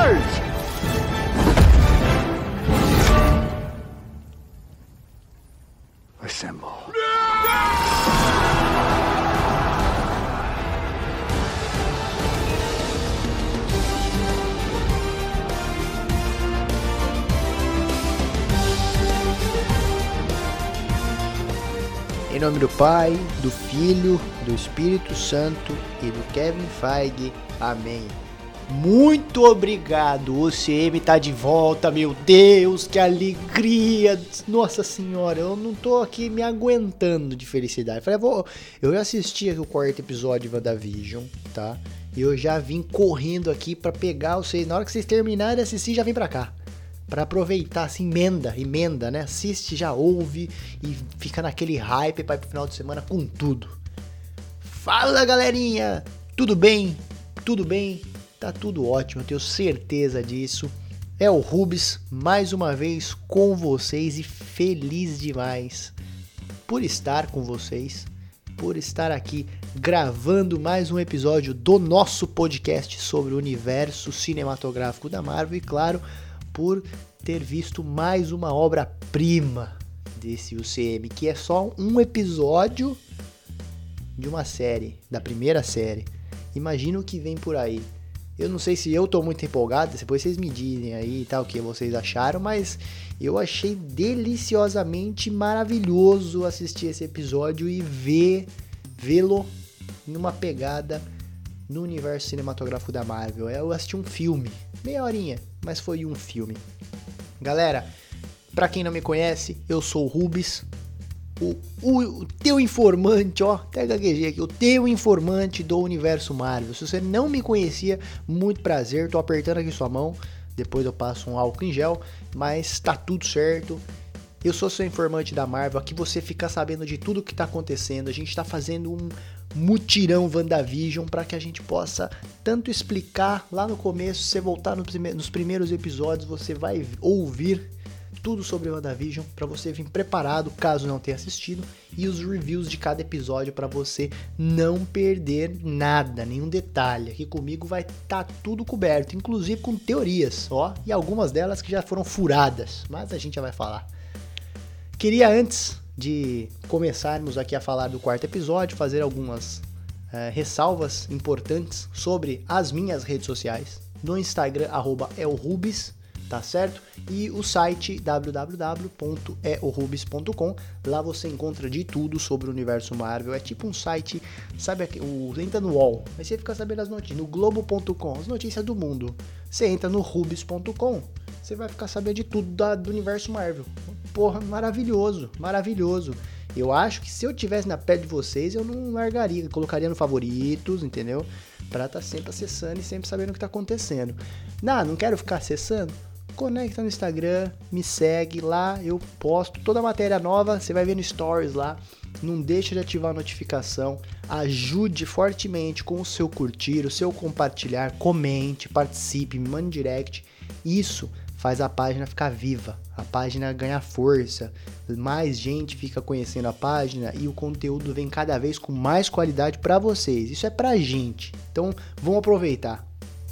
Charge! Assemble. Em nome do Pai, do Filho, do Espírito Santo e do Kevin Feige. Amém. Muito obrigado, o CM tá de volta, meu Deus, que alegria, nossa senhora, eu não tô aqui me aguentando de felicidade. Falei, eu já assisti aqui o quarto episódio de WandaVision, tá? E eu já vim correndo aqui pra pegar vocês, na hora que vocês terminarem de assistir, já vem pra cá. Pra aproveitar, assim, emenda, né? Assiste, já ouve e fica naquele hype pra ir pro final de semana com tudo. Fala, galerinha, tudo bem? Tudo bem? Tá tudo ótimo, eu tenho certeza disso. É o Rubens, mais uma vez com vocês e feliz demais por estar com vocês, por estar aqui gravando mais um episódio do nosso podcast sobre o universo cinematográfico da Marvel e, claro, por ter visto mais uma obra-prima desse UCM, que é só um episódio de uma série, da primeira série. Imagina o que vem por aí. Eu não sei se eu tô muito empolgado, depois vocês me dizem aí o que vocês acharam, mas eu achei deliciosamente maravilhoso assistir esse episódio e vê-lo numa pegada no universo cinematográfico da Marvel. Eu assisti um filme, meia horinha, mas foi um filme. Galera, pra quem não me conhece, eu sou o Rubens, o teu informante, ó, até gaguejei aqui, o teu informante do universo Marvel. Se você não me conhecia, muito prazer, tô apertando aqui sua mão, depois eu passo um álcool em gel, mas tá tudo certo. Eu sou seu informante da Marvel, aqui você fica sabendo de tudo que tá acontecendo. A gente tá fazendo um mutirão WandaVision para que a gente possa tanto explicar lá no começo, se você voltar nos primeiros episódios, você vai ouvir tudo sobre o WandaVision para você vir preparado caso não tenha assistido e os reviews de cada episódio para você não perder nada, nenhum detalhe. Aqui comigo vai estar tudo coberto, inclusive com teorias, ó, e algumas delas que já foram furadas, mas a gente já vai falar. Queria, antes de começarmos aqui a falar do quarto episódio, fazer algumas ressalvas importantes sobre as minhas redes sociais. No Instagram, @elrubis, tá certo? E o site www.eorubis.com. Lá você encontra de tudo sobre o universo Marvel. É tipo um site, sabe, entra no UOL, aí você fica sabendo as notícias. No globo.com, as notícias do mundo. Você entra no rubis.com, você vai ficar sabendo de tudo do universo Marvel. Porra, maravilhoso, maravilhoso. Eu acho que se eu tivesse na pele de vocês, eu não largaria, colocaria no favoritos, entendeu? Pra estar sempre acessando e sempre sabendo o que tá acontecendo. Não quero ficar acessando? Conecta no Instagram, me segue lá, eu posto toda a matéria nova, você vai ver no Stories lá. Não deixa de ativar a notificação, ajude fortemente com o seu curtir, o seu compartilhar, comente, participe, me mande direct. Isso faz a página ficar viva, a página ganhar força, mais gente fica conhecendo a página e o conteúdo vem cada vez com mais qualidade para vocês. Isso é pra gente, então vamos aproveitar.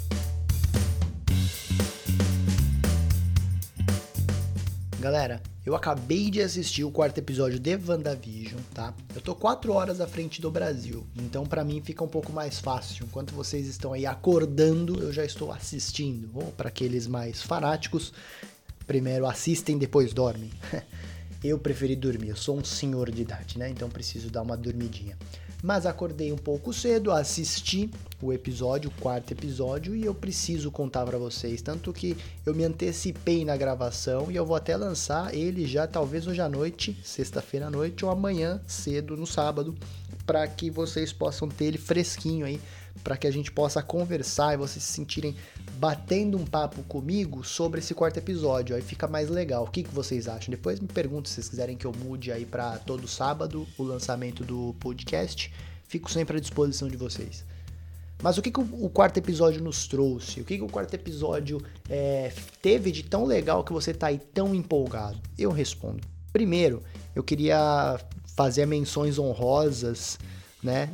Galera, eu acabei de assistir o quarto episódio de WandaVision, tá? Eu tô 4 horas à frente do Brasil, então pra mim fica um pouco mais fácil. Enquanto vocês estão aí acordando, eu já estou assistindo. Ou para aqueles mais fanáticos, primeiro assistem, depois dormem. Eu preferi dormir, eu sou um senhor de idade, né? Então preciso dar uma dormidinha. Mas acordei um pouco cedo, assisti o episódio, o quarto episódio, e eu preciso contar pra vocês. Tanto que eu me antecipei na gravação e eu vou até lançar ele já talvez hoje à noite, sexta-feira à noite, ou amanhã cedo, no sábado, para que vocês possam ter ele fresquinho aí, para que a gente possa conversar e vocês se sentirem batendo um papo comigo sobre esse quarto episódio. Aí fica mais legal. O que vocês acham? Depois me perguntam se vocês quiserem que eu mude aí para todo sábado o lançamento do podcast. Fico sempre à disposição de vocês. Mas o que o quarto episódio nos trouxe? O que o quarto episódio teve de tão legal que você tá aí tão empolgado? Eu respondo. Primeiro, eu queria fazer menções honrosas, né?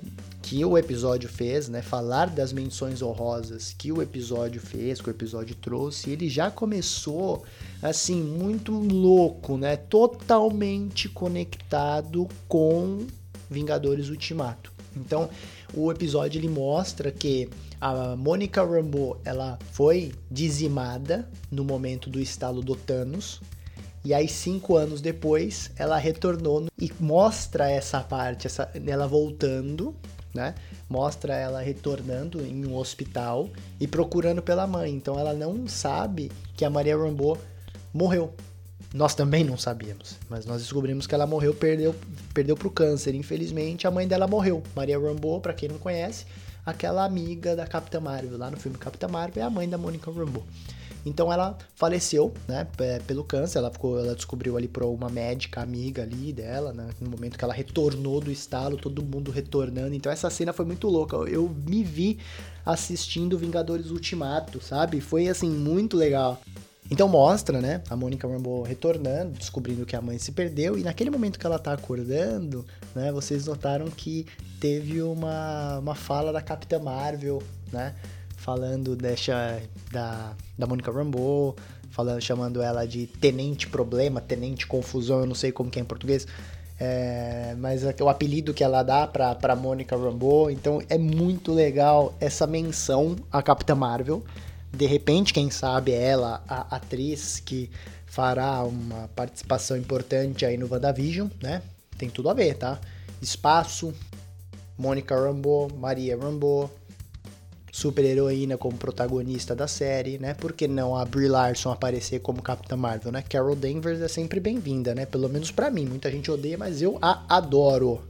que o episódio fez, né, falar das menções honrosas que o episódio fez, que o episódio trouxe, ele já começou, assim, muito louco, né, totalmente conectado com Vingadores Ultimato. Então, o episódio, ele mostra que a Monica Rambeau, ela foi dizimada no momento do estalo do Thanos, e aí 5 anos depois, ela retornou e mostra essa parte, ela voltando, né? Mostra ela retornando em um hospital e procurando pela mãe. Então ela não sabe que a Maria Rambeau morreu. Nós também não sabíamos, mas nós descobrimos que ela morreu, perdeu pro câncer. Infelizmente, a mãe dela morreu. Maria Rambeau, pra quem não conhece, aquela amiga da Capitã Marvel, lá no filme Capitã Marvel, é a mãe da Monica Rambeau. Então ela faleceu, né, pelo câncer, ela descobriu ali por uma médica amiga ali dela, né, no momento que ela retornou do estalo, todo mundo retornando. Então essa cena foi muito louca, eu me vi assistindo Vingadores Ultimato, sabe? Foi assim, muito legal. Então mostra, né, a Monica Rambeau retornando, descobrindo que a mãe se perdeu, e naquele momento que ela tá acordando, né, vocês notaram que teve uma fala da Capitã Marvel, né, falando da Monica Rambeau, chamando ela de Tenente Problema, Tenente Confusão, eu não sei como que é em português, mas o apelido que ela dá pra Monica Rambeau. Então é muito legal essa menção à Capitã Marvel. De repente, quem sabe ela, a atriz que fará uma participação importante aí no WandaVision, né? Tem tudo a ver, tá? Espaço, Monica Rambeau, Maria Rambeau, super-heroína como protagonista da série, né? Por que não a Brie Larson aparecer como Capitã Marvel, né? Carol Danvers é sempre bem-vinda, né? Pelo menos pra mim. Muita gente odeia, mas eu a adoro.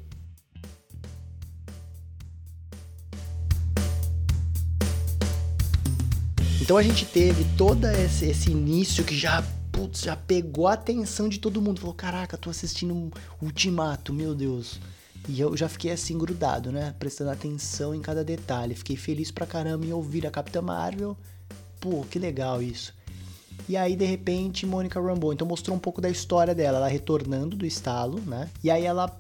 Então a gente teve todo esse início que já pegou a atenção de todo mundo. Falou, caraca, tô assistindo um Ultimato, meu Deus. E eu já fiquei assim grudado, né? Prestando atenção em cada detalhe. Fiquei feliz pra caramba em ouvir a Capitã Marvel. Pô, que legal isso. E aí, de repente, Monica Rambeau. Então mostrou um pouco da história dela. Ela retornando do estalo, né? E aí ela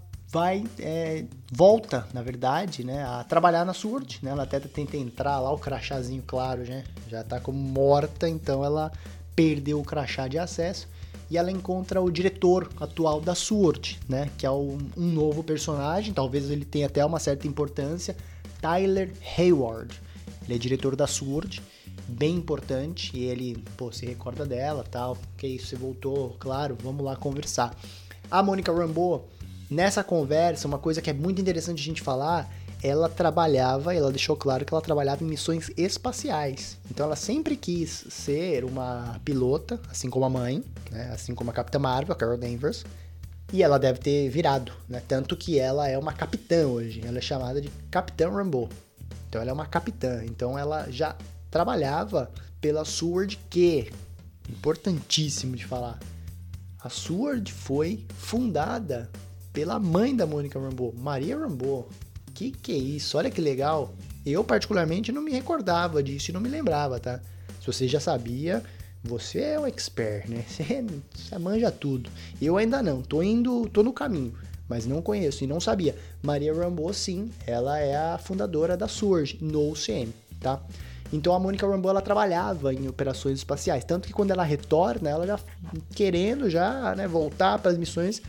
volta, na verdade, né? A trabalhar na SWORD, né? Ela até tenta entrar lá, o crachazinho, claro, né? Já tá como morta, então ela perdeu o crachá de acesso. E ela encontra o diretor atual da SWORD, né? Que é um novo personagem, talvez ele tenha até uma certa importância, Tyler Hayward. Ele é diretor da SWORD, bem importante, e ele, se recorda dela, tal. Que isso, você voltou, claro, vamos lá conversar. A Monica Rambeau, nessa conversa, uma coisa que é muito interessante a gente falar, ela deixou claro que ela trabalhava em missões espaciais. Então ela sempre quis ser uma pilota, assim como a mãe, né? Assim como a Capitã Marvel, a Carol Danvers. E ela deve ter virado, né? Tanto que ela é uma capitã hoje. Ela é chamada de Capitã Rambeau. Então ela é uma capitã. Então ela já trabalhava pela SWORD, que, importantíssimo de falar, a SWORD foi fundada pela mãe da Monica Rambeau, Maria Rambeau. Que é isso? Olha que legal. Eu, particularmente, não me recordava disso e não me lembrava, tá? Se você já sabia, você é um expert, né? Você manja tudo. Eu ainda não. Tô no caminho, mas não conheço e não sabia. Maria Rambeau, sim, ela é a fundadora da SWORD no UCM, tá? Então a Monica Rambeau, ela trabalhava em operações espaciais, tanto que quando ela retorna, ela já querendo né, voltar para as missões,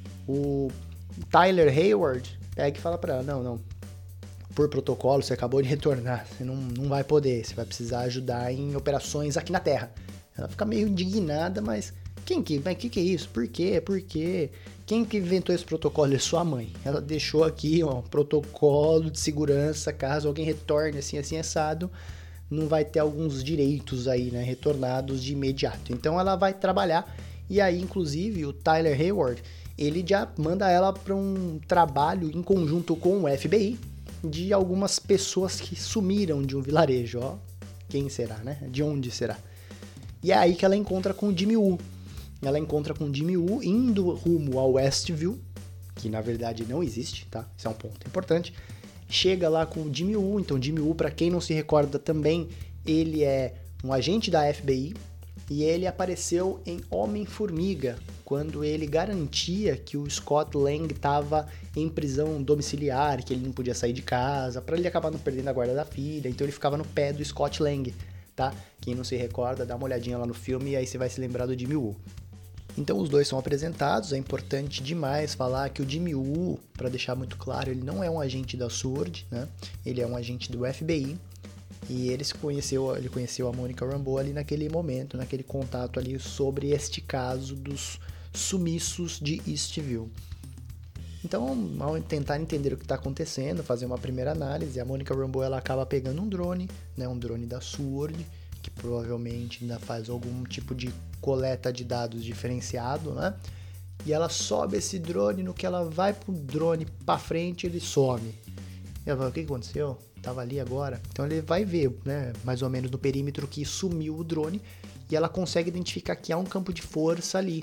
o Tyler Hayward pega e fala pra ela, não, por protocolo, você acabou de retornar, você não vai poder, você vai precisar ajudar em operações aqui na Terra. Ela fica meio indignada, mas que é isso? Por quê? Quem que inventou esse protocolo? É sua mãe. Ela deixou aqui um protocolo de segurança, caso alguém retorne assim assado, não vai ter alguns direitos aí, né, retornados de imediato. Então ela vai trabalhar, e aí, inclusive, o Tyler Hayward, ele já manda ela para um trabalho em conjunto com o FBI de algumas pessoas que sumiram de um vilarejo, ó. Quem será, né? De onde será? E é aí que ela encontra com o Jimmy Woo. Ela encontra com o Jimmy Woo indo rumo ao Westview, que na verdade não existe, tá? Esse é um ponto importante. Chega lá com o Jimmy Woo. Então, Jimmy Woo, para quem não se recorda também, ele é um agente da FBI, E ele apareceu em Homem-Formiga, quando ele garantia que o Scott Lang estava em prisão domiciliar, que ele não podia sair de casa, para ele acabar não perdendo a guarda da filha. Então ele ficava no pé do Scott Lang, tá? Quem não se recorda, dá uma olhadinha lá no filme e aí você vai se lembrar do Jimmy Woo. Então os dois são apresentados, é importante demais falar que o Jimmy Woo, para deixar muito claro, ele não é um agente da SWORD, né? Ele é um agente do FBI. E ele conheceu a Monica Rambeau ali naquele momento, naquele contato ali sobre este caso dos sumiços de Eastville. Então, ao tentar entender o que está acontecendo, fazer uma primeira análise, a Monica Rambeau ela acaba pegando um drone, né, um drone da SWORD, que provavelmente ainda faz algum tipo de coleta de dados diferenciado, né? E ela sobe esse drone, no que ela vai pro drone para frente, ele some. E ela fala, o que aconteceu? Tava ali agora. Então ele vai ver, né, mais ou menos no perímetro que sumiu o drone e ela consegue identificar que há um campo de força ali.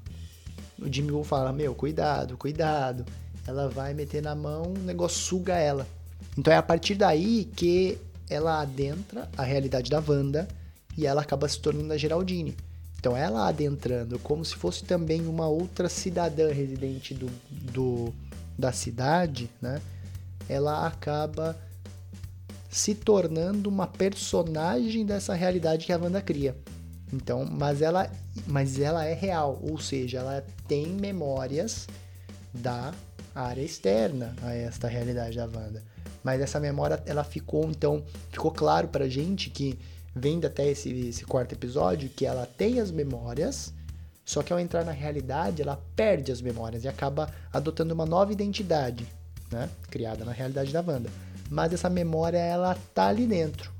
O Jimmy Woo fala, cuidado. Ela vai meter na mão, o negócio suga ela. Então é a partir daí que ela adentra a realidade da Wanda e ela acaba se tornando a Geraldine. Então ela adentrando como se fosse também uma outra cidadã residente da cidade, né? Ela acaba se tornando uma personagem dessa realidade que a Wanda cria. Então, mas ela é real, ou seja, ela tem memórias da área externa a esta realidade da Wanda. Mas essa memória, ela ficou claro pra gente que, vendo até esse quarto episódio, que ela tem as memórias, só que ao entrar na realidade, ela perde as memórias e acaba adotando uma nova identidade, né, criada na realidade da Wanda. Mas essa memória, ela tá ali dentro,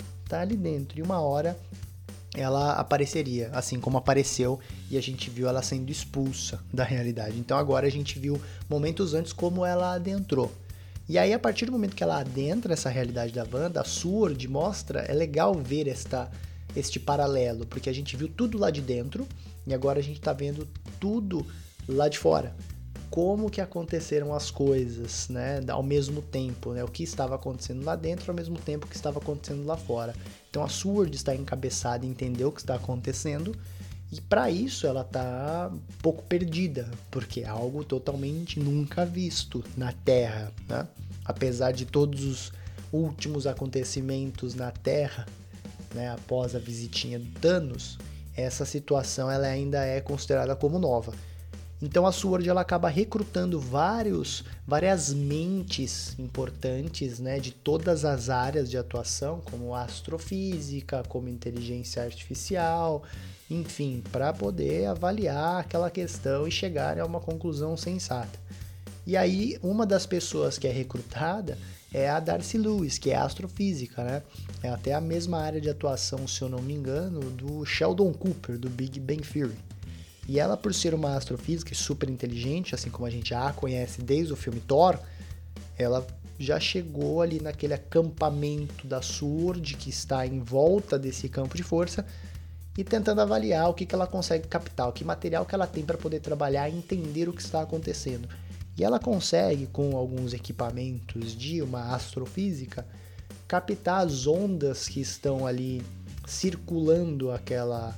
e uma hora ela apareceria, assim como apareceu e a gente viu ela sendo expulsa da realidade. Então agora a gente viu momentos antes como ela adentrou. E aí, a partir do momento que ela adentra essa realidade da Wanda, a SWORD mostra, é legal ver este paralelo, porque a gente viu tudo lá de dentro e agora a gente tá vendo tudo lá de fora. Como que aconteceram as coisas, né, ao mesmo tempo, né, o que estava acontecendo lá dentro ao mesmo tempo que estava acontecendo lá fora. Então a SWORD está encabeçada em entender o que está acontecendo e para isso ela está um pouco perdida, porque é algo totalmente nunca visto na Terra, né? Apesar de todos os últimos acontecimentos na Terra, né, após a visitinha do Thanos, essa situação ela ainda é considerada como nova. Então a SWORD ela acaba recrutando várias mentes importantes, né, de todas as áreas de atuação, como astrofísica, como inteligência artificial, enfim, para poder avaliar aquela questão e chegar a uma conclusão sensata. E aí uma das pessoas que é recrutada é a Darcy Lewis, que é astrofísica, né? É até a mesma área de atuação, se eu não me engano, do Sheldon Cooper, do Big Bang Theory. E ela, por ser uma astrofísica super inteligente, assim como a gente já a conhece desde o filme Thor, ela já chegou ali naquele acampamento da SWORD que está em volta desse campo de força e tentando avaliar o que ela consegue captar, que material que ela tem para poder trabalhar e entender o que está acontecendo. E ela consegue, com alguns equipamentos de uma astrofísica, captar as ondas que estão ali circulando aquela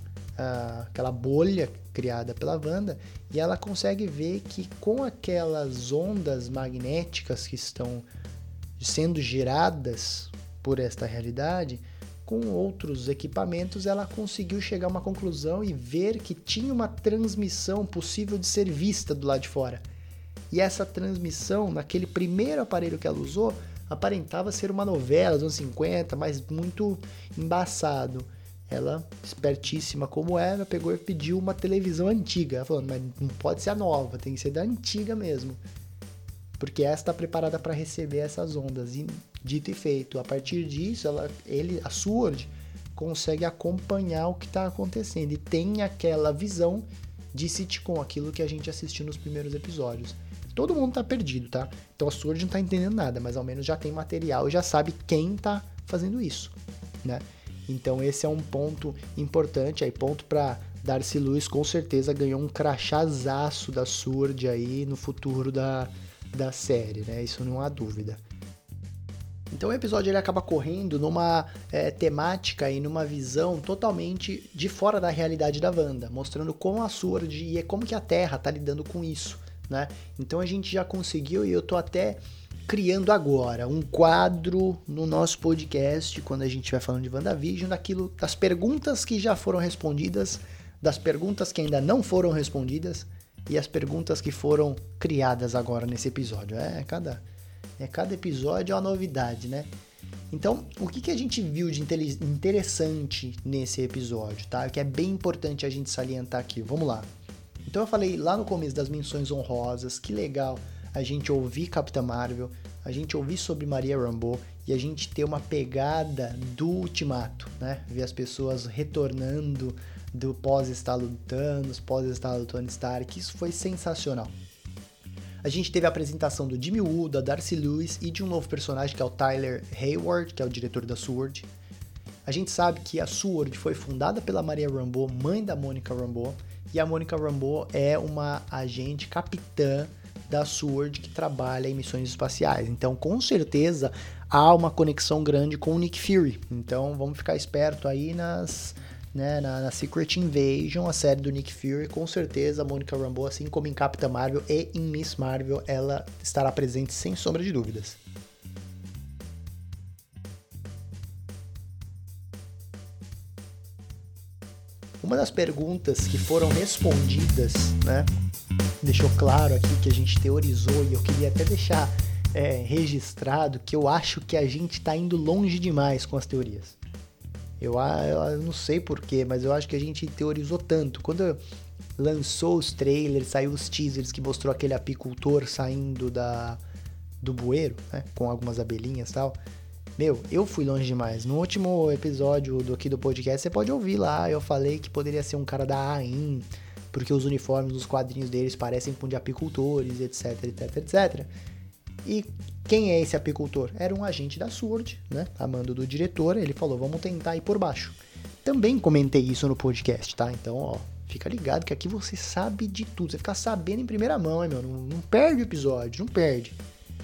bolha criada pela Wanda, e ela consegue ver que com aquelas ondas magnéticas que estão sendo geradas por esta realidade, com outros equipamentos ela conseguiu chegar a uma conclusão e ver que tinha uma transmissão possível de ser vista do lado de fora. E essa transmissão, naquele primeiro aparelho que ela usou, aparentava ser uma novela dos anos 50, mas muito embaçado. Ela, espertíssima como era, pegou e pediu uma televisão antiga. Ela falou, mas não pode ser a nova, tem que ser da antiga mesmo. Porque essa está preparada para receber essas ondas. E dito e feito, a partir disso, a SWORD consegue acompanhar o que está acontecendo. E tem aquela visão de sitcom, aquilo que a gente assistiu nos primeiros episódios. Todo mundo tá perdido, tá? Então a SWORD não tá entendendo nada, mas ao menos já tem material e já sabe quem tá fazendo isso, né? Então esse é um ponto importante, aí ponto para Darcy Lewis, com certeza ganhou um crachazaço da SWORD aí no futuro da série, né? Isso não há dúvida. Então o episódio ele acaba correndo numa temática e numa visão totalmente de fora da realidade da Wanda, mostrando como a SWORD e como que a Terra tá lidando com isso, né? Então a gente já conseguiu, e eu tô até criando agora um quadro no nosso podcast, quando a gente vai falando de WandaVision, das perguntas que já foram respondidas, das perguntas que ainda não foram respondidas e as perguntas que foram criadas agora nesse episódio. Cada episódio é uma novidade, né? Então, o que a gente viu de interessante nesse episódio, tá? Que é bem importante a gente salientar aqui. Vamos lá. Então, eu falei lá no começo das menções honrosas, que legal a gente ouvir Capitã Marvel, a gente ouvir sobre Maria Rambeau e a gente ter uma pegada do Ultimato, né? Ver as pessoas retornando do pós-estalo do Thanos, pós-estalo do Tony Stark, isso foi sensacional. A gente teve a apresentação do Jimmy Woo, da Darcy Lewis e de um novo personagem que é o Tyler Hayward, que é o diretor da SWORD. A gente sabe que a SWORD foi fundada pela Maria Rambeau, mãe da Monica Rambeau, e a Monica Rambeau é uma agente capitã da SWORD que trabalha em missões espaciais. Então, com certeza, há uma conexão grande com o Nick Fury. Então, vamos ficar esperto aí na Secret Invasion, a série do Nick Fury. Com certeza, a Monica Rambeau, assim como em Capitã Marvel e em Miss Marvel, ela estará presente sem sombra de dúvidas. Uma das perguntas que foram respondidas, né, deixou claro aqui que a gente teorizou, e eu queria até deixar registrado que eu acho que a gente está indo longe demais com as teorias. Eu não sei porquê, mas eu acho que a gente teorizou tanto. Quando lançou os trailers, saiu os teasers que mostrou aquele apicultor saindo do bueiro, né, com algumas abelhinhas e tal. Eu fui longe demais. No último episódio aqui do podcast, você pode ouvir lá, eu falei que poderia ser um cara da AIM, porque os uniformes dos quadrinhos deles parecem com de apicultores, etc, etc, etc. E quem é esse apicultor? Era um agente da SWORD, né? A mando do diretor, ele falou, vamos tentar ir por baixo. Também comentei isso no podcast, tá? Então, ó, fica ligado que aqui você sabe de tudo. Você fica sabendo em primeira mão, hein, meu? Não perde o episódio, não perde.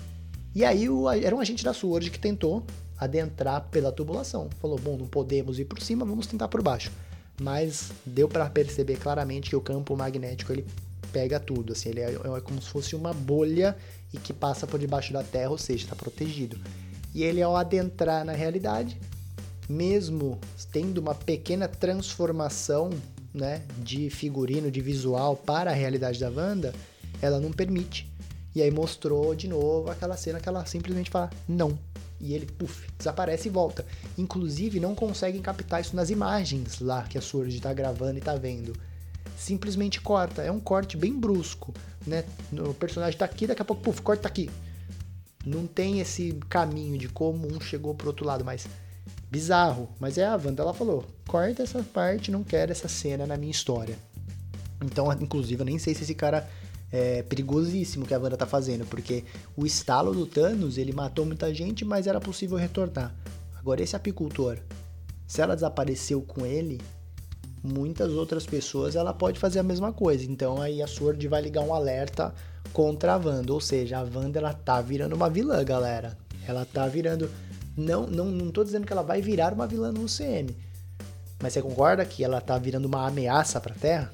E aí, era um agente da SWORD que tentou adentrar pela tubulação. Falou, bom, não podemos ir por cima, vamos tentar por baixo. Mas deu para perceber claramente que o campo magnético, ele pega tudo, assim, ele é como se fosse uma bolha e que passa por debaixo da terra, ou seja, está protegido. E ele, ao adentrar na realidade, mesmo tendo uma pequena transformação, né, de figurino, de visual para a realidade da Wanda, ela não permite. E aí mostrou de novo aquela cena que ela simplesmente fala, não. E ele, desaparece e volta. Inclusive, não conseguem captar isso nas imagens lá que a SWORD está gravando e está vendo. Simplesmente corta. É um corte bem brusco, né? O personagem está aqui, daqui a pouco, corta aqui. Não tem esse caminho de como um chegou pro outro lado, mas bizarro. Mas a Wanda, ela falou, corta essa parte, não quero essa cena na minha história. Então, inclusive, eu nem sei se esse cara é perigosíssimo que a Wanda tá fazendo, porque o estalo do Thanos, ele matou muita gente, mas era possível retornar. Agora, esse apicultor, se ela desapareceu com ele, muitas outras pessoas, ela pode fazer a mesma coisa. Então, aí a SWORD vai ligar um alerta contra a Wanda, ou seja, a Wanda, ela tá virando uma vilã, galera. Ela tá virando... Não tô dizendo que ela vai virar uma vilã no UCM, mas você concorda que ela tá virando uma ameaça pra Terra?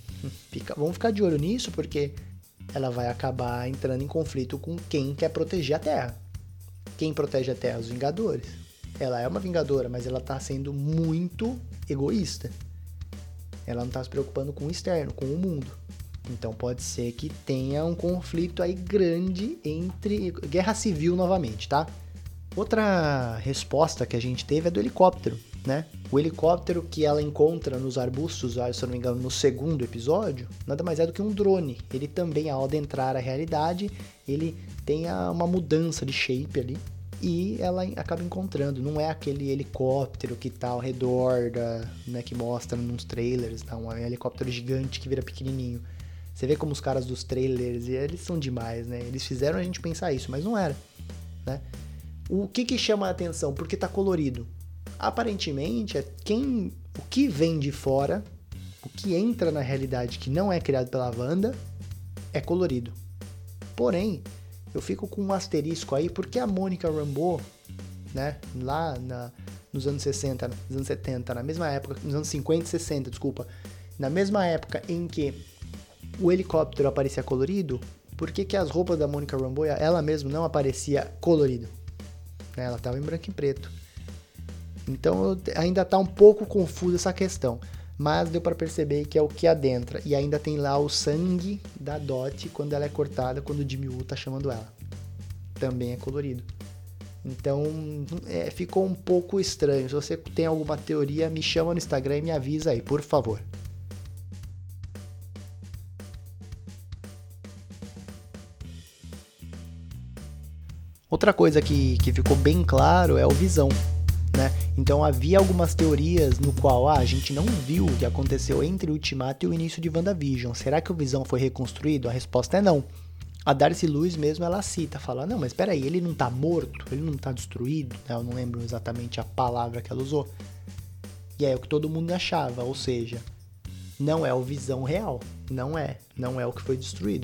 Vamos ficar de olho nisso, porque ela vai acabar entrando em conflito com quem quer proteger a Terra. Quem protege a Terra? Os Vingadores. Ela é uma Vingadora, mas ela tá sendo muito egoísta. Ela não tá se preocupando com o externo, com o mundo. Então pode ser que tenha um conflito aí grande entre... Guerra civil novamente, tá? Outra resposta que a gente teve é do helicóptero, né? O helicóptero que ela encontra nos arbustos, se eu não me engano, no segundo episódio, nada mais é do que um drone. Ele também, ao adentrar a realidade, ele tem uma mudança de shape ali e ela acaba encontrando. Não é aquele helicóptero que tá ao redor, né, que mostra nos trailers, tá? Um helicóptero gigante que vira pequenininho. Você vê como os caras dos trailers, eles são demais, né? Eles fizeram a gente pensar isso, mas não era, né? O que chama a atenção? Porque tá colorido. Aparentemente, o que vem de fora, o que entra na realidade que não é criado pela Wanda, é colorido. Porém, eu fico com um asterisco aí, porque a Monica Rambeau, né? Lá nos anos 60, nos anos 70, na mesma época, nos anos 50 e 60, desculpa, na mesma época em que o helicóptero aparecia colorido, por que as roupas da Monica Rambeau, ela mesma, não aparecia colorido? Ela estava em branco e preto. Então ainda está um pouco confusa essa questão, mas deu para perceber que é o que adentra. E ainda tem lá o sangue da Dot quando ela é cortada, quando o Jimmy Woo tá chamando ela. Também é colorido. Então ficou um pouco estranho. Se você tem alguma teoria, me chama no Instagram e me avisa aí, por favor. Outra coisa que ficou bem claro é o Visão, né? Então havia algumas teorias no qual a gente não viu o que aconteceu entre o Ultimato e o início de WandaVision. Será que o Visão foi reconstruído? A resposta é não. A Darcy Lewis mesmo, ela cita, fala, não, mas peraí, ele não tá morto? Ele não tá destruído? Eu não lembro exatamente a palavra que ela usou. E é o que todo mundo achava, ou seja, não é o Visão real, não é o que foi destruído.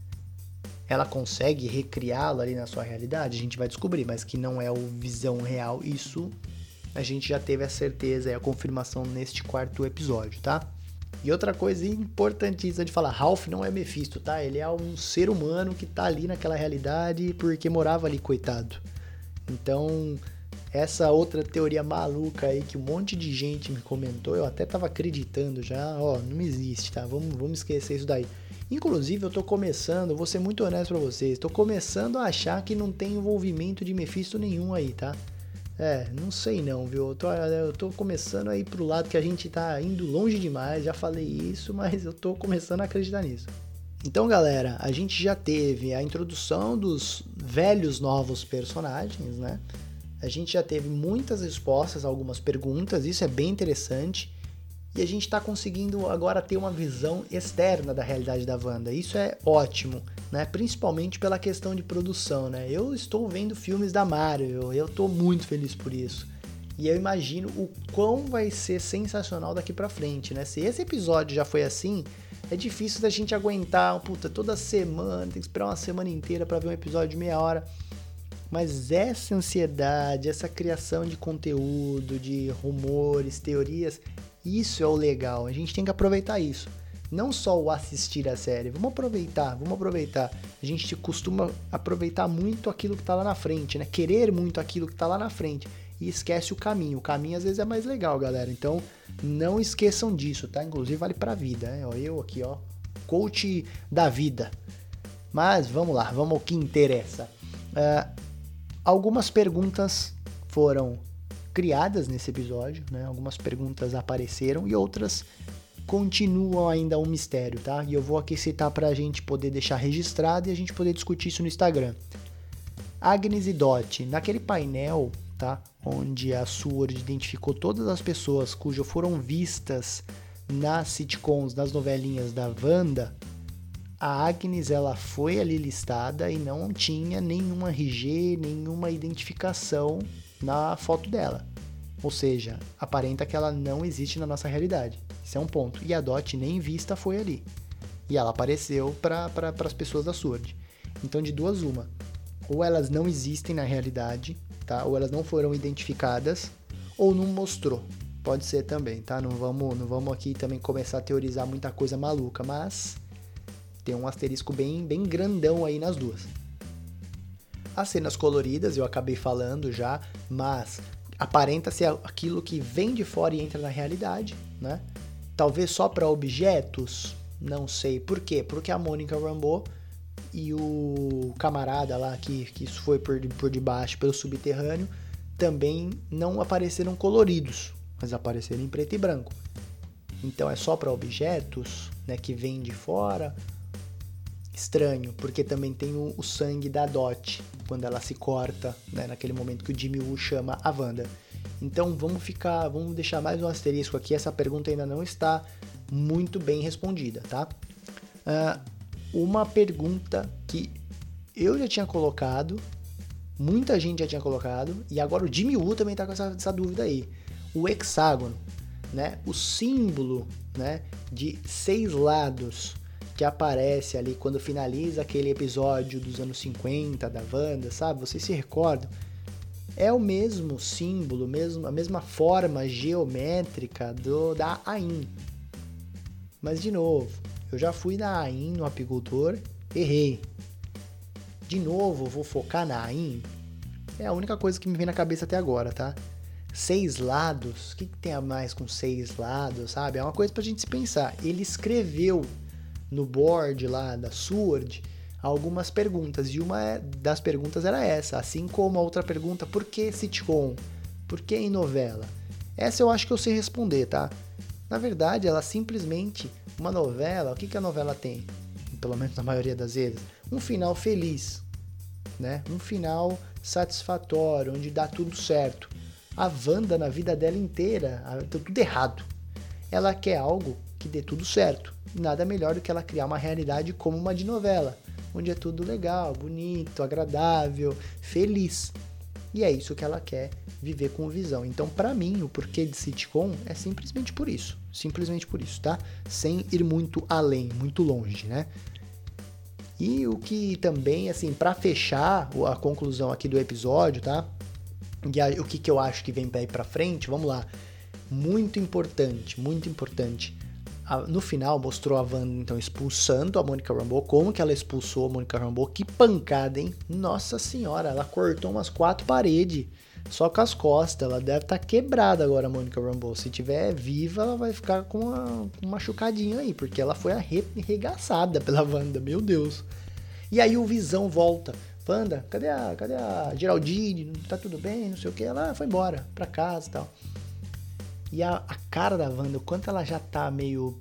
Ela consegue recriá-lo ali na sua realidade? A gente vai descobrir, mas que não é o Visão real, isso a gente já teve a certeza e a confirmação neste quarto episódio, tá? E outra coisa importantíssima de falar, Ralph não é Mephisto, tá? Ele é um ser humano que tá ali naquela realidade porque morava ali, coitado. Então, essa outra teoria maluca aí que um monte de gente me comentou, eu até tava acreditando já, não existe, tá? Vamos esquecer isso daí. Inclusive, eu tô começando, vou ser muito honesto pra vocês, tô começando a achar que não tem envolvimento de Mephisto nenhum aí, tá? Não sei não, viu? Eu tô começando a ir pro lado que a gente tá indo longe demais, já falei isso, mas eu tô começando a acreditar nisso. Então, galera, a gente já teve a introdução dos velhos novos personagens, né? A gente já teve muitas respostas a algumas perguntas, isso é bem interessante. E a gente está conseguindo agora ter uma visão externa da realidade da Wanda. Isso é ótimo, né? Principalmente pela questão de produção, né? Eu estou vendo filmes da Marvel, eu estou muito feliz por isso. E eu imagino o quão vai ser sensacional daqui pra frente, né? Se esse episódio já foi assim, é difícil da gente aguentar, toda semana, tem que esperar uma semana inteira para ver um episódio de meia hora. Mas essa ansiedade, essa criação de conteúdo, de rumores, teorias, isso é o legal, a gente tem que aproveitar isso. Não só o assistir a série, vamos aproveitar. A gente costuma aproveitar muito aquilo que tá lá na frente, né? Querer muito aquilo que tá lá na frente e esquece o caminho. O caminho às vezes é mais legal, galera. Então não esqueçam disso, tá? Inclusive vale pra vida, né? Eu aqui, coach da vida. Mas vamos lá, vamos ao que interessa. Algumas perguntas foram criadas nesse episódio, né? Algumas perguntas apareceram e outras continuam ainda um mistério, tá? E eu vou aqui citar pra gente poder deixar registrado e a gente poder discutir isso no Instagram. Agnes e Dot, naquele painel, tá? Onde a SWORD identificou todas as pessoas cujas foram vistas nas sitcoms, nas novelinhas da Wanda, a Agnes, ela foi ali listada e não tinha nenhuma RG, nenhuma identificação na foto dela. Ou seja, aparenta que ela não existe na nossa realidade. Isso é um ponto. E a Dot nem vista foi ali. E ela apareceu para as pessoas da SWORD. Então, de duas uma. Ou elas não existem na realidade, tá? Ou elas não foram identificadas, ou não mostrou. Pode ser também, tá? Não vamos aqui também começar a teorizar muita coisa maluca, mas tem um asterisco bem grandão aí nas duas. As cenas coloridas, eu acabei falando já, mas aparenta ser aquilo que vem de fora e entra na realidade, né? Talvez só para objetos, não sei. Por quê? Porque a Monica Rambeau e o camarada lá que isso foi por debaixo, pelo subterrâneo, também não apareceram coloridos, mas apareceram em preto e branco. Então é só para objetos, né, que vem de fora. Estranho, porque também tem o sangue da Dot, quando ela se corta, né, naquele momento que o Jimmy Woo chama a Wanda. Então vamos deixar mais um asterisco aqui, essa pergunta ainda não está muito bem respondida, tá? Uma pergunta que eu já tinha colocado, muita gente já tinha colocado, e agora o Jimmy Woo também tá com essa dúvida aí. O hexágono, né, o símbolo, né, de 6 lados, que aparece ali quando finaliza aquele episódio dos anos 50 da Wanda, sabe? Vocês se recordam? é o mesmo símbolo, a mesma forma geométrica da AIN. Mas, de novo, eu já fui na AIN, no apicultor, errei. De novo, vou focar na AIN. É a única coisa que me vem na cabeça até agora, tá? 6 lados, o que tem a mais com 6 lados, sabe? É uma coisa pra gente se pensar. Ele escreveu no board lá da Sword algumas perguntas, e uma das perguntas era essa, assim como a outra pergunta, por que sitcom? Por que em novela? Essa eu acho que eu sei responder, tá? Na verdade, ela simplesmente, uma novela, o que a novela tem? Pelo menos na maioria das vezes, um final feliz, né? Um final satisfatório, onde dá tudo certo. A Wanda, na vida dela inteira, deu tudo errado. Ela quer algo que dê tudo certo. Nada melhor do que ela criar uma realidade como uma de novela, onde é tudo legal, bonito, agradável, feliz. E é isso que ela quer viver com o Visão. Então, pra mim, o porquê de sitcom é simplesmente por isso. Simplesmente por isso, tá? Sem ir muito além, muito longe, né? E o que também, assim, pra fechar a conclusão aqui do episódio, tá? E o que eu acho que vem daí pra frente, vamos lá. Muito importante, muito importante. No final mostrou a Wanda, então, expulsando a Monica Rambeau. Como que ela expulsou a Monica Rambeau? Que pancada, hein? Nossa senhora, ela cortou umas 4 paredes só com as costas. Ela deve estar quebrada agora, a Monica Rambeau. Se tiver viva, ela vai ficar com uma machucadinha aí, porque ela foi arregaçada pela Wanda, meu Deus. E aí o Visão volta. Wanda, cadê a Geraldine? Tá tudo bem? Não sei o que. Ela foi embora pra casa e tal. E a cara da Wanda, o quanto ela já tá meio...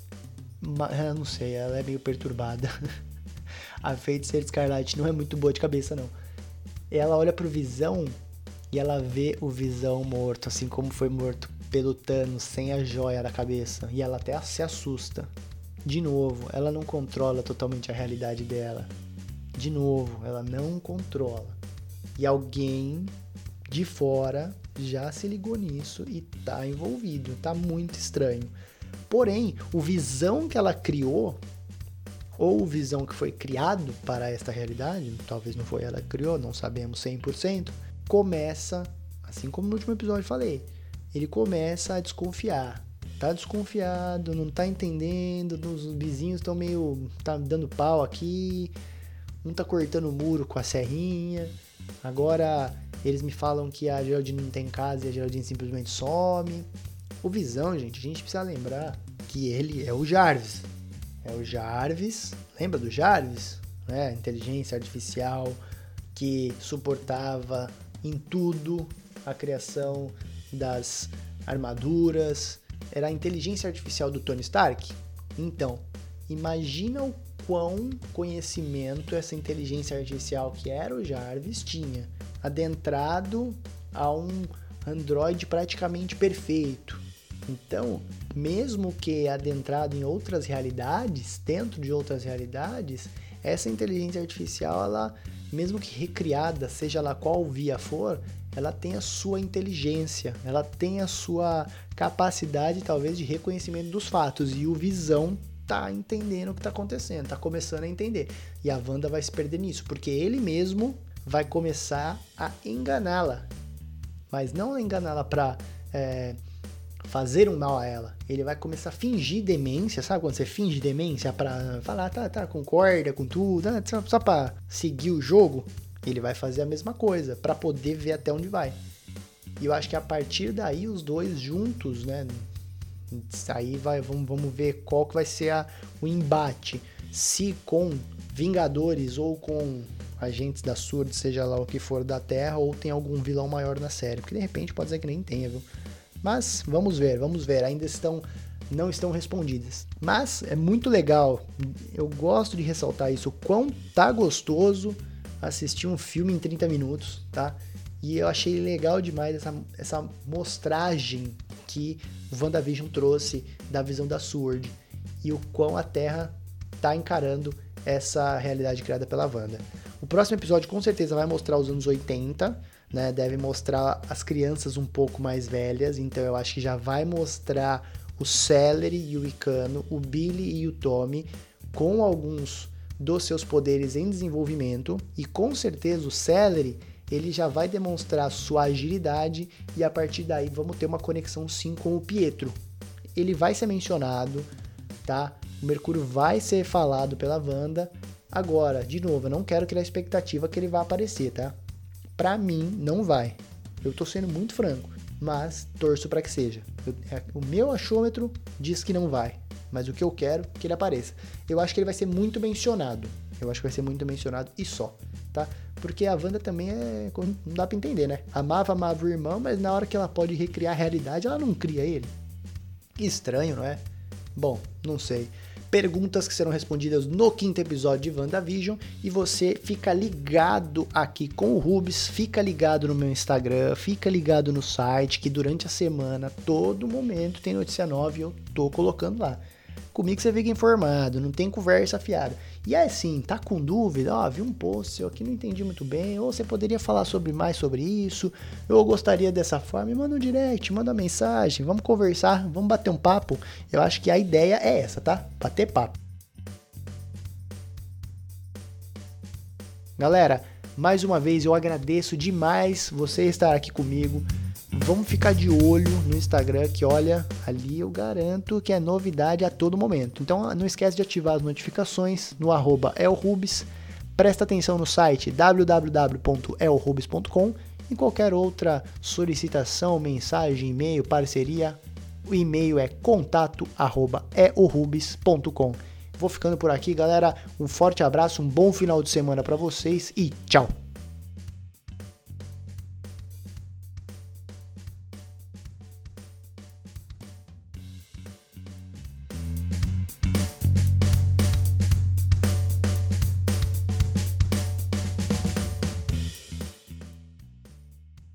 Eu não sei, ela é meio perturbada. A Feiticeira Escarlate não é muito boa de cabeça, não. Ela olha pro Visão e ela vê o Visão morto, assim como foi morto pelo Thanos, sem a joia da cabeça. E ela até se assusta. De novo, ela não controla totalmente a realidade dela. De novo, ela não controla. E alguém de fora já se ligou nisso e tá envolvido, tá muito estranho. Porém, o Visão que ela criou, ou o Visão que foi criado para esta realidade, talvez não foi ela que criou, não sabemos 100%, começa, assim como no último episódio falei, ele começa a desconfiar. Tá desconfiado, não tá entendendo, os vizinhos estão meio... tá dando pau aqui, um tá cortando o muro com a serrinha, agora... Eles me falam que a Geraldine não tem casa e a Geraldine simplesmente some. O Visão, gente, a gente precisa lembrar que ele é o Jarvis. É o Jarvis, lembra do Jarvis? Né? Inteligência artificial que suportava em tudo a criação das armaduras. Era a inteligência artificial do Tony Stark. Então, imagina o quão conhecimento essa inteligência artificial que era o Jarvis tinha. Adentrado a um Android praticamente perfeito. Então, mesmo que adentrado em outras realidades, dentro de outras realidades, essa inteligência artificial, ela, mesmo que recriada, seja lá qual via for, ela tem a sua inteligência, ela tem a sua capacidade, talvez, de reconhecimento dos fatos. E o Visão tá entendendo o que tá acontecendo, tá começando a entender. E a Wanda vai se perder nisso, porque ele mesmo vai começar a enganá-la, mas não enganá-la para fazer um mal a ela. Ele vai começar a fingir demência, sabe quando você finge demência para falar, tá, concorda com tudo, só para seguir o jogo? Ele vai fazer a mesma coisa, para poder ver até onde vai. E eu acho que a partir daí os dois juntos, né? Aí vamos ver qual que vai ser o embate, se com Vingadores ou com agentes da SWORD, seja lá o que for da Terra, ou tem algum vilão maior na série, porque de repente pode ser que nem tenha, viu? Mas vamos ver, ainda não estão respondidas. Mas é muito legal, eu gosto de ressaltar isso, o quão tá gostoso assistir um filme em 30 minutos, tá? E eu achei legal demais essa mostragem que o WandaVision trouxe da visão da SWORD e o quão a Terra tá encarando essa realidade criada pela Wanda. O próximo episódio com certeza vai mostrar os anos 80, né? Deve mostrar as crianças um pouco mais velhas, então eu acho que já vai mostrar o Celery e o Icano, o Billy e o Tommy, com alguns dos seus poderes em desenvolvimento, e com certeza o Celery, ele já vai demonstrar sua agilidade e a partir daí vamos ter uma conexão sim com o Pietro. Ele vai ser mencionado, tá? O Mercúrio vai ser falado pela Wanda. Agora, de novo, eu não quero criar expectativa que ele vai aparecer, tá? Pra mim, não vai. Eu tô sendo muito franco, mas torço pra que seja. O meu achômetro diz que não vai, mas o que eu quero é que ele apareça. Eu acho que ele vai ser muito mencionado. E só, tá? Porque a Wanda também não dá pra entender, né? Amava o irmão, mas na hora que ela pode recriar a realidade, ela não cria ele. Estranho, não é? Bom, não sei. Perguntas que serão respondidas no 5º episódio de WandaVision e você fica ligado aqui com o Rubens, fica ligado no meu Instagram, fica ligado no site que durante a semana, todo momento tem notícia nova e eu tô colocando lá. Comigo você fica informado, não tem conversa fiada. E é assim, tá com dúvida? Ó, vi um post seu aqui, não entendi muito bem, ou você poderia falar mais sobre isso, eu gostaria dessa forma, me manda um direct, manda uma mensagem, vamos conversar, vamos bater um papo. Eu acho que a ideia é essa, tá? Bater papo. Galera, mais uma vez eu agradeço demais você estar aqui comigo. Vamos ficar de olho no Instagram, que olha, ali eu garanto que é novidade a todo momento. Então não esquece de ativar as notificações no @elrubis. Presta atenção no site www.elrubis.com e qualquer outra solicitação, mensagem, e-mail, parceria, o e-mail é contato@elrubis.com. Vou ficando por aqui, galera. Um forte abraço, um bom final de semana para vocês e tchau!